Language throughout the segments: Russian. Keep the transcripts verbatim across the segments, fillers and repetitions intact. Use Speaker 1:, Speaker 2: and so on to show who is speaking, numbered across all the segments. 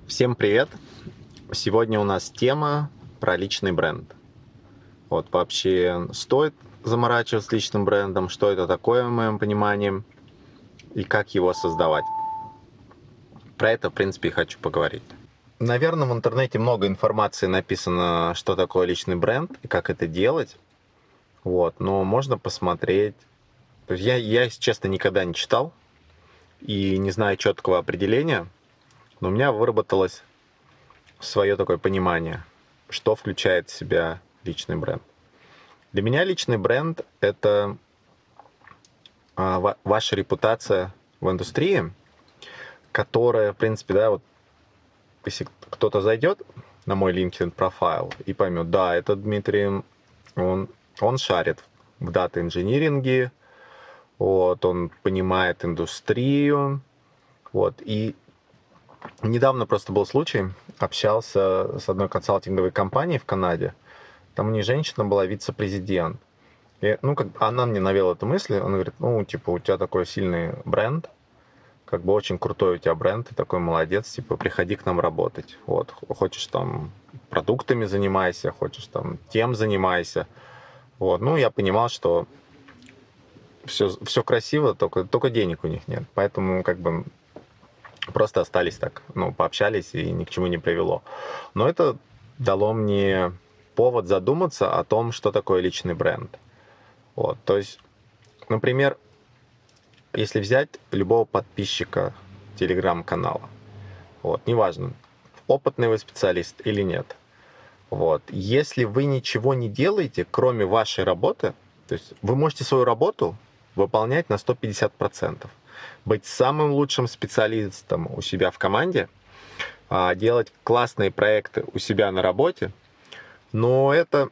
Speaker 1: Всем привет! Сегодня у нас тема про личный бренд. Вот вообще стоит заморачиваться с личным брендом, что это такое, в моем понимании, и как его создавать. Про это, в принципе, и хочу поговорить. Наверное, в интернете много информации написано, что такое личный бренд и как это делать. Вот, но можно посмотреть. То есть я, я, если честно, никогда не читал и не знаю четкого определения, но у меня выработалось свое такое понимание, что включает в себя личный бренд. Для меня личный бренд — это а, ва- ваша репутация в индустрии, которая, в принципе, да, вот если кто-то зайдет на мой LinkedIn профайл и поймет, да, это Дмитрий, он, он шарит в дата-инжиниринге, вот, он понимает индустрию, вот, и недавно просто был случай, общался с одной консалтинговой компанией в Канаде, там у них женщина была вице-президент. И, ну, как она мне навела эту мысль, она говорит, ну, типа, у тебя такой сильный бренд, как бы очень крутой у тебя бренд, ты такой молодец, типа, приходи к нам работать. Вот, хочешь там продуктами занимайся, хочешь там тем занимайся. Вот, ну, я понимал, что все, все красиво, только, только денег у них нет. Поэтому, как бы, просто остались так, ну, пообщались и ни к чему не привело. Но это дало мне повод задуматься о том, что такое личный бренд. Вот, то есть, например, если взять любого подписчика телеграм-канала, вот, неважно, опытный вы специалист или нет, вот, если вы ничего не делаете, кроме вашей работы, то есть вы можете свою работу выполнять на сто пятьдесят процентов, быть самым лучшим специалистом у себя в команде, а, делать классные проекты у себя на работе, но это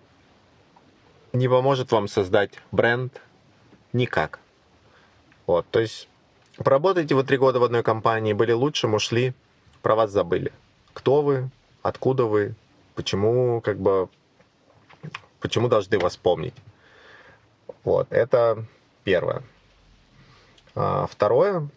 Speaker 1: не поможет вам создать бренд никак. Вот, то есть поработаете вы три года в одной компании, были лучшим, ушли, про вас забыли. Кто вы, откуда вы, почему, как бы, почему должны вас помнить. Вот, это первое. А, второе,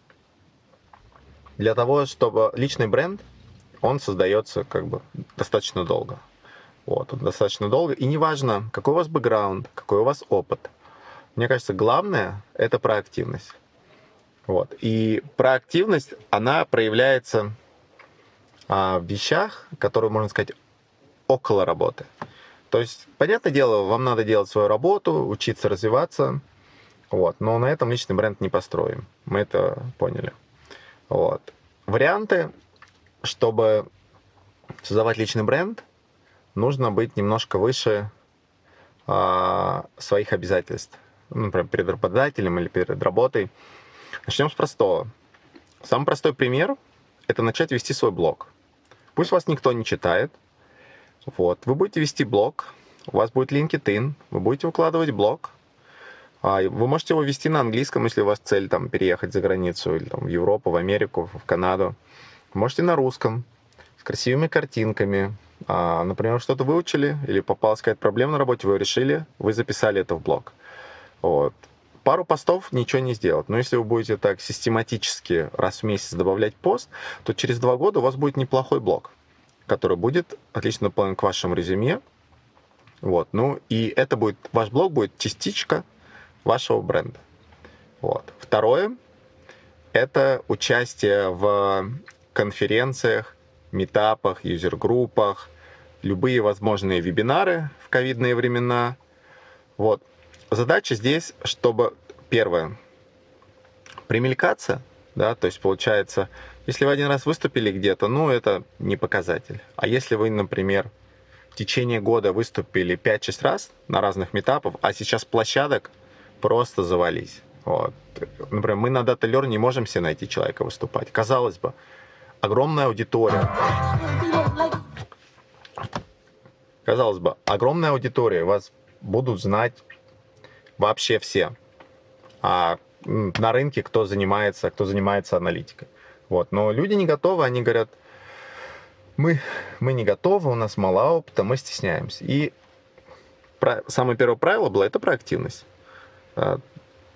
Speaker 1: для того, чтобы личный бренд, он создается как бы достаточно долго. Вот, он достаточно долго. И неважно, какой у вас бэкграунд, какой у вас опыт. Мне кажется, главное — это проактивность. Вот. И проактивность, она проявляется а, в вещах, которые, можно сказать, около работы. То есть, понятное дело, вам надо делать свою работу, учиться развиваться, вот, но на этом личный бренд не построим. Мы это поняли. Вот. Варианты, чтобы создавать личный бренд, нужно быть немножко выше а, своих обязательств. Ну, например, перед работодателем или перед работой. Начнем с простого. Самый простой пример — это начать вести свой блог. Пусть вас никто не читает. Вот. Вы будете вести блог, у вас будет LinkedIn, вы будете выкладывать блог. А вы можете его вести на английском, если у вас цель там переехать за границу, или там, в Европу, в Америку, в Канаду. Можете на русском, с красивыми картинками. А, например, что-то выучили, или попалась какая-то проблема на работе, вы ее решили, вы записали это в блог. Вот. Пару постов ничего не сделать. Но если вы будете так систематически раз в месяц добавлять пост, то через два года у вас будет неплохой блог, который будет отлично дополнен к вашему резюме. Вот. Ну и это будет, ваш блог будет частичка вашего бренда. Вот. Второе — это участие в конференциях, митапах, юзер-группах, любые возможные вебинары в ковидные времена. Вот. Задача здесь, чтобы, первое, примелькаться, да, то есть получается, если вы один раз выступили где-то, ну, это не показатель. А если вы, например, в течение года выступили пять-шесть раз на разных митапах, а сейчас площадок просто завались. Вот. Например, мы на DataLearn не можем себе найти человека выступать. Казалось бы, огромная аудитория. Казалось бы, огромная аудитория. Вас будут знать вообще все. А на рынке кто занимается, кто занимается аналитикой. Вот. Но люди не готовы, они говорят, мы, мы не готовы, у нас мало опыта, мы стесняемся. И самое первое правило было — это проактивность.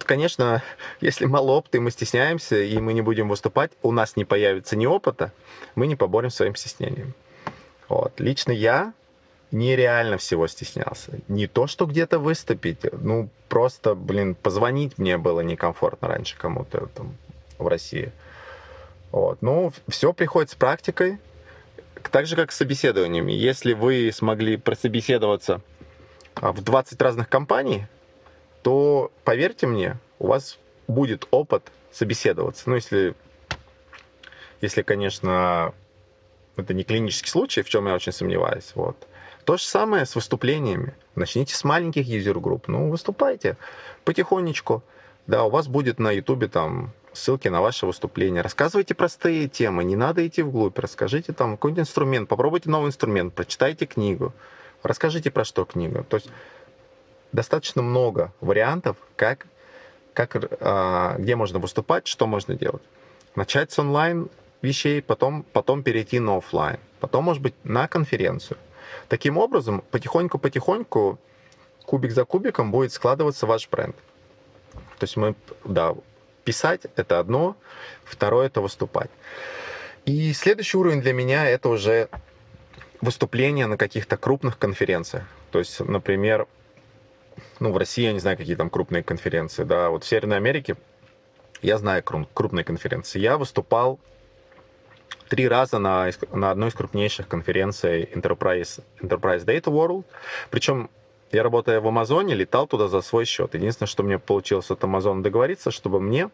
Speaker 1: что, конечно, если мало опыта, и мы стесняемся, и мы не будем выступать, у нас не появится ни опыта, мы не поборем своим стеснением. Вот. Лично я нереально всего стеснялся. Не то, что где-то выступить, ну, просто, блин, позвонить мне было некомфортно раньше кому-то там в России. Вот. Ну, все приходит с практикой, так же, как с собеседованиями. Если вы смогли прособеседоваться в двадцать разных компаний, то, поверьте мне, у вас будет опыт собеседоваться. Ну, если, если, конечно, это не клинический случай, в чем я очень сомневаюсь. Вот. То же самое с выступлениями. Начните с маленьких юзер-групп. Ну, выступайте потихонечку. Да, у вас будет на Ютубе там ссылки на ваше выступление. Рассказывайте простые темы, не надо идти вглубь. Расскажите там какой-нибудь инструмент, попробуйте новый инструмент, прочитайте книгу. Расскажите, про что книга. То есть достаточно много вариантов, как, как, а, где можно выступать, что можно делать. Начать с онлайн вещей, потом, потом перейти на офлайн, потом, может быть, на конференцию. Таким образом, потихоньку-потихоньку, кубик за кубиком будет складываться ваш бренд. То есть мы, да, писать — это одно, второе — это выступать. И следующий уровень для меня — это уже выступления на каких-то крупных конференциях. То есть, например, ну, в России я не знаю, какие там крупные конференции, да, вот в Северной Америке я знаю крупные конференции. Я выступал три раза на, на одной из крупнейших конференций Enterprise, Enterprise Data World. Причем я, работая в Амазоне, летал туда за свой счет. Единственное, что мне получилось от Амазона договориться, чтобы мне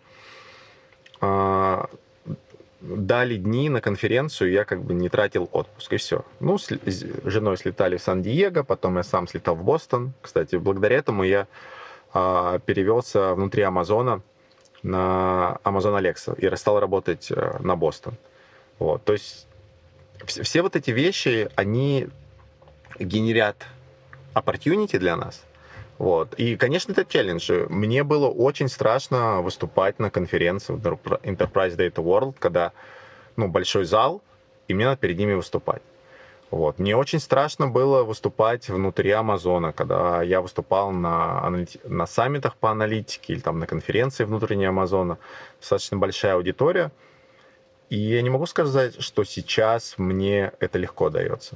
Speaker 1: э, дали дни на конференцию, я как бы не тратил отпуск, и все. Ну, с, с женой слетали в Сан-Диего, потом я сам слетал в Бостон. Кстати, благодаря этому я э, перевелся внутри Амазона на Amazon Alexa и стал работать э, на Бостон. Вот, то есть все, все вот эти вещи, они генерят opportunity для нас. Вот. И, конечно, это челлендж. Мне было очень страшно выступать на конференции Enterprise Data World, когда, ну, большой зал, и мне надо перед ними выступать. Вот. Мне очень страшно было выступать внутри Амазона, когда я выступал на, на саммитах по аналитике или там на конференции внутренней Амазона. Достаточно большая аудитория. И я не могу сказать, что сейчас мне это легко дается.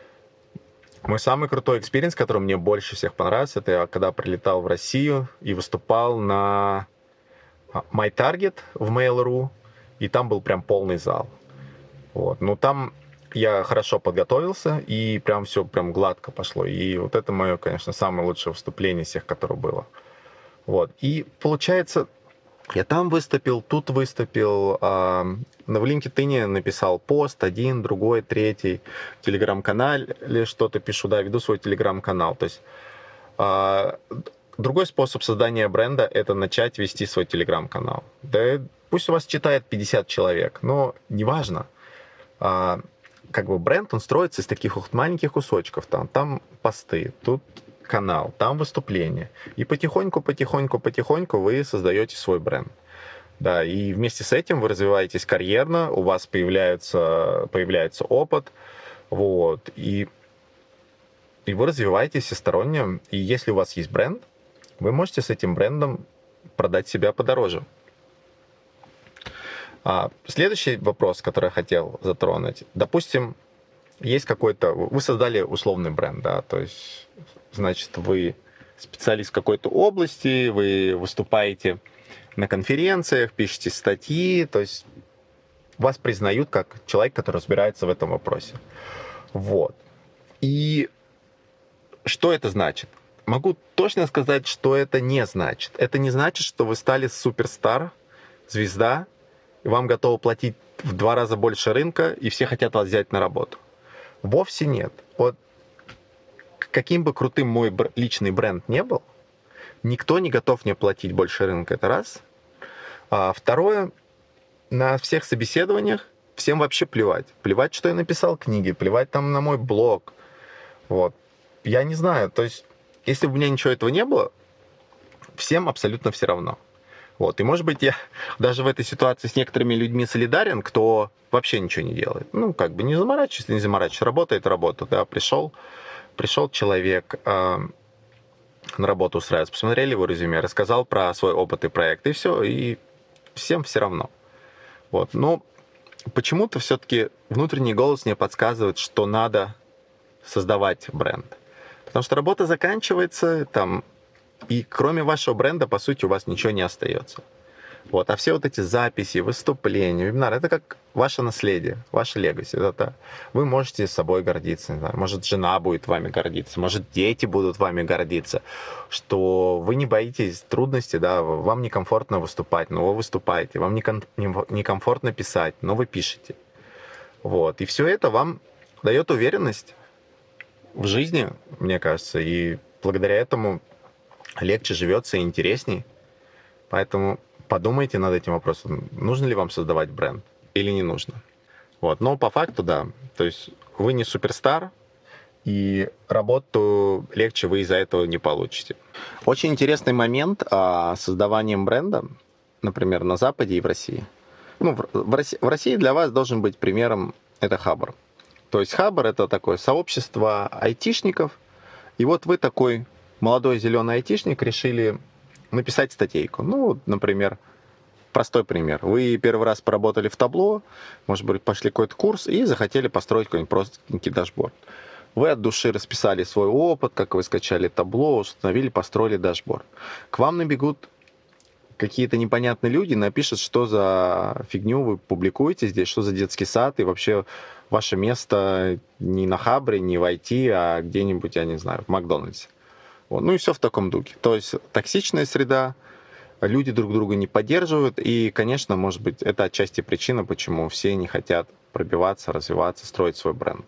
Speaker 1: Мой самый крутой экспириенс, который мне больше всех понравился, это я когда прилетал в Россию и выступал на MyTarget в Mail.ru, и там был прям полный зал. Вот. Ну, там я хорошо подготовился, и прям все прям гладко пошло. И вот это мое, конечно, самое лучшее выступление из всех, которое было. Вот. И получается, я там выступил, тут выступил, а, в LinkedIn написал пост, один, другой, третий, в Телеграм-канале что-то пишу, да, веду свой Телеграм-канал. То есть а, другой способ создания бренда — это начать вести свой Телеграм-канал. Да пусть у вас читает пятьдесят человек, но неважно. А, как бы бренд, он строится из таких вот маленьких кусочков. Там, там посты, тут канал, там выступления. И потихоньку, потихоньку, потихоньку вы создаете свой бренд. Да, и вместе с этим вы развиваетесь карьерно, у вас появляется, появляется опыт, вот, и, и вы развиваетесь всесторонне. И если у вас есть бренд, вы можете с этим брендом продать себя подороже. А, следующий вопрос, который я хотел затронуть. Допустим, есть какой-то... Вы создали условный бренд, да, то есть, значит, вы специалист в какой-то области, вы выступаете на конференциях, пишете статьи, то есть вас признают как человек, который разбирается в этом вопросе. Вот. И что это значит? Могу точно сказать, что это не значит. Это не значит, что вы стали суперстар, звезда, и вам готовы платить в два раза больше рынка, и все хотят вас взять на работу. Вовсе нет. Вот каким бы крутым мой личный бренд не был, никто не готов мне платить больше рынка. Это раз. А второе, на всех собеседованиях всем вообще плевать. Плевать, что я написал книги, плевать там на мой блог. Вот. Я не знаю, то есть, если бы у меня ничего этого не было, всем абсолютно все равно. Вот. И, может быть, я даже в этой ситуации с некоторыми людьми солидарен, кто вообще ничего не делает. Ну, как бы не заморачивайся, не заморачивайся. Работает работа. Да, пришел, пришел человек, э, на работу устраиваться, посмотрели его резюме, рассказал про свой опыт и проект, и все, и всем все равно. Вот. Но почему-то все-таки внутренний голос мне подсказывает, что надо создавать бренд. Потому что работа заканчивается, там, и кроме вашего бренда, по сути, у вас ничего не остается. Вот. А все вот эти записи, выступления, вебинары, это как ваше наследие, ваше легаси. Это вы можете с собой гордиться. Не знаю, может, жена будет вами гордиться, может, дети будут вами гордиться, что вы не боитесь трудностей, да, вам некомфортно выступать, но вы выступаете, вам некомфортно писать, но вы пишете. Вот. И все это вам дает уверенность в жизни, мне кажется, и благодаря этому легче живется и интересней. Поэтому подумайте над этим вопросом, нужно ли вам создавать бренд или не нужно. Вот. Но по факту, да, то есть вы не суперстар, и работу легче вы из-за этого не получите. Очень интересный момент с создаванием бренда, например, на Западе и в России. Ну, в России, в России для вас должен быть примером это Хабр. То есть Хабр — это такое сообщество айтишников, и вот вы такой молодой зеленый айтишник решили написать статейку. Ну, например, простой пример. Вы первый раз поработали в Табло, может быть, пошли какой-то курс и захотели построить какой-нибудь простенький дашборд. Вы от души расписали свой опыт, как вы скачали Табло, установили, построили дашборд. К вам набегут какие-то непонятные люди, напишут, что за фигню вы публикуете здесь, что за детский сад, и вообще ваше место не на Хабре, не в ай ти, а где-нибудь, я не знаю, в Макдональдсе. Вот. Ну и все в таком духе. То есть токсичная среда, люди друг друга не поддерживают, и, конечно, может быть, это отчасти причина, почему все не хотят пробиваться, развиваться, строить свой бренд.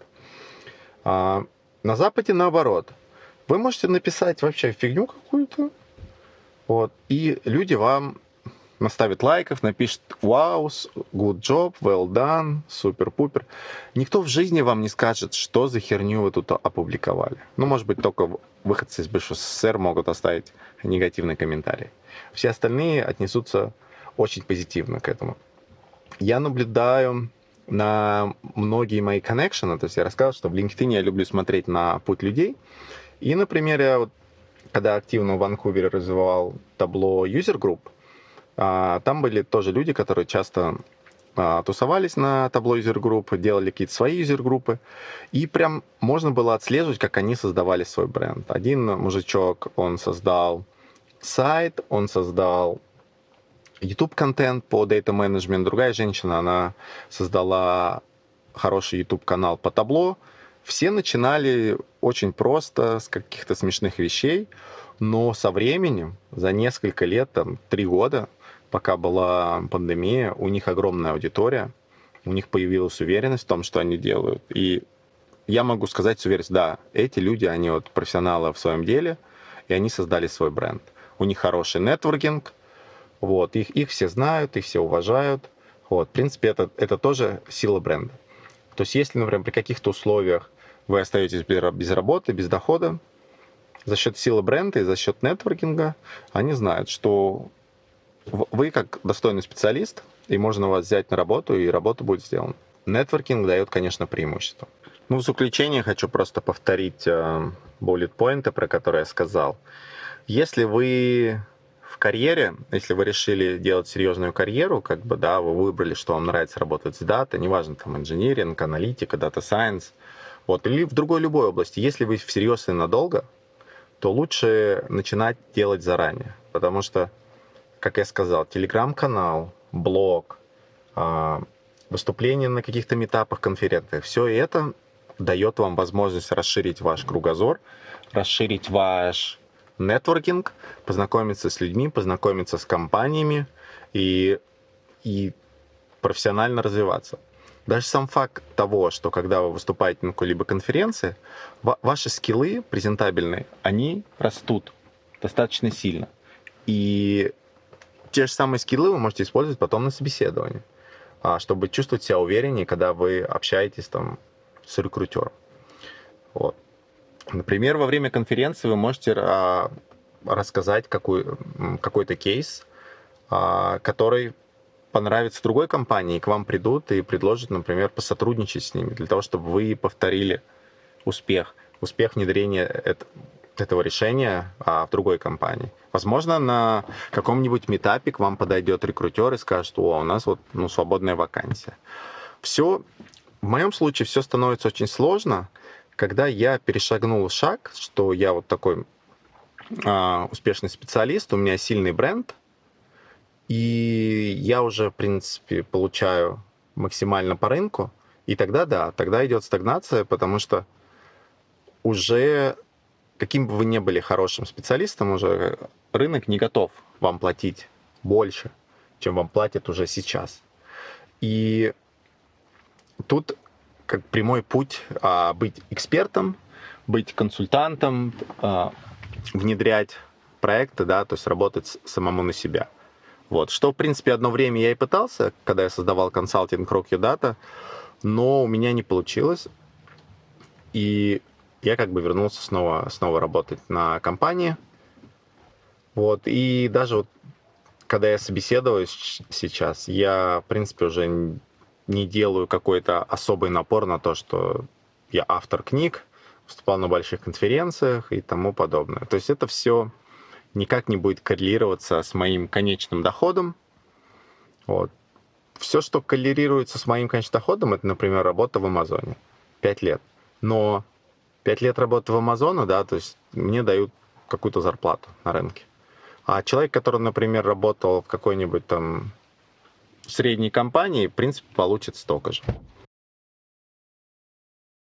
Speaker 1: А на Западе наоборот. Вы можете написать вообще фигню какую-то, вот, и люди вам наставят лайков, напишут «Вау, good job, well done, супер-пупер». Никто в жизни вам не скажет, что за херню вы тут опубликовали. Ну, может быть, только выходцы из бывшего СССР могут оставить негативный комментарий. Все остальные отнесутся очень позитивно к этому. Я наблюдаю на многие мои коннекшены, то есть я рассказал, что в LinkedIn я люблю смотреть на путь людей. И, например, я вот, когда активно в Ванкувере развивал табло User Group, там были тоже люди, которые часто тусовались на табло юзер-группы, делали какие-то свои юзер-группы, и прям можно было отслеживать, как они создавали свой бренд. Один мужичок, он создал сайт, он создал YouTube-контент по Data Management, другая женщина, она создала хороший YouTube-канал по табло. Все начинали очень просто, с каких-то смешных вещей, но со временем, за несколько лет, там, три года, пока была пандемия, у них огромная аудитория, у них появилась уверенность в том, что они делают. И я могу сказать с уверенностью, да, эти люди, они вот профессионалы в своем деле, и они создали свой бренд. У них хороший нетворкинг, вот, их, их все знают, их все уважают. Вот, в принципе, это, это тоже сила бренда. То есть, если, например, при каких-то условиях вы остаетесь без работы, без дохода, за счет силы бренда и за счет нетворкинга они знают, что вы как достойный специалист, и можно вас взять на работу, и работа будет сделана. Нетворкинг дает, конечно, преимущество. Ну, в заключение хочу просто повторить буллет-поинты, про которые я сказал. Если вы в карьере, если вы решили делать серьезную карьеру, как бы, да, вы выбрали, что вам нравится работать с дата, неважно, там, инжиниринг, аналитика, дата-сайенс, вот, или в другой любой области, если вы всерьез и надолго, то лучше начинать делать заранее, потому что, как я сказал, телеграм-канал, блог, выступления на каких-то митапах, конференциях, все это дает вам возможность расширить ваш кругозор, расширить ваш нетворкинг, познакомиться с людьми, познакомиться с компаниями и, и профессионально развиваться. Даже сам факт того, что когда вы выступаете на какой-либо конференции, ваши скиллы презентабельные, они растут достаточно сильно. И те же самые скиллы вы можете использовать потом на собеседовании, чтобы чувствовать себя увереннее, когда вы общаетесь там с рекрутером. Вот. Например, во время конференции вы можете рассказать какой, какой-то кейс, который понравится другой компании, и к вам придут и предложат, например, посотрудничать с ними, для того, чтобы вы повторили успех, успех внедрения этого решения а, в другой компании. Возможно, на каком-нибудь метапе к вам подойдет рекрутер и скажет: о, у нас вот ну, свободная вакансия. Все, в моем случае все становится очень сложно, когда я перешагнул шаг, что я вот такой а, успешный специалист, у меня сильный бренд, и я уже, в принципе, получаю максимально по рынку, и тогда да, тогда идет стагнация, потому что уже каким бы вы ни были хорошим специалистом, уже рынок не готов вам платить больше, чем вам платят уже сейчас. И тут как прямой путь а, быть экспертом, быть консультантом, а, внедрять проекты, да, то есть работать самому на себя. Вот. Что, в принципе, одно время я и пытался, когда я создавал консалтинг Rock Your Data, но у меня не получилось. И я как бы вернулся снова, снова работать на компании. Вот. И даже вот, когда я собеседуюсь сейчас, я, в принципе, уже не делаю какой-то особый напор на то, что я автор книг, выступал на больших конференциях и тому подобное. То есть это все никак не будет коррелироваться с моим конечным доходом. Вот. Все, что коррелируется с моим конечным доходом, это, например, работа в Амазоне. Пять лет. Но пять лет работы в Амазоне, да, то есть мне дают какую-то зарплату на рынке. А человек, который, например, работал в какой-нибудь там средней компании, в принципе, получит столько же.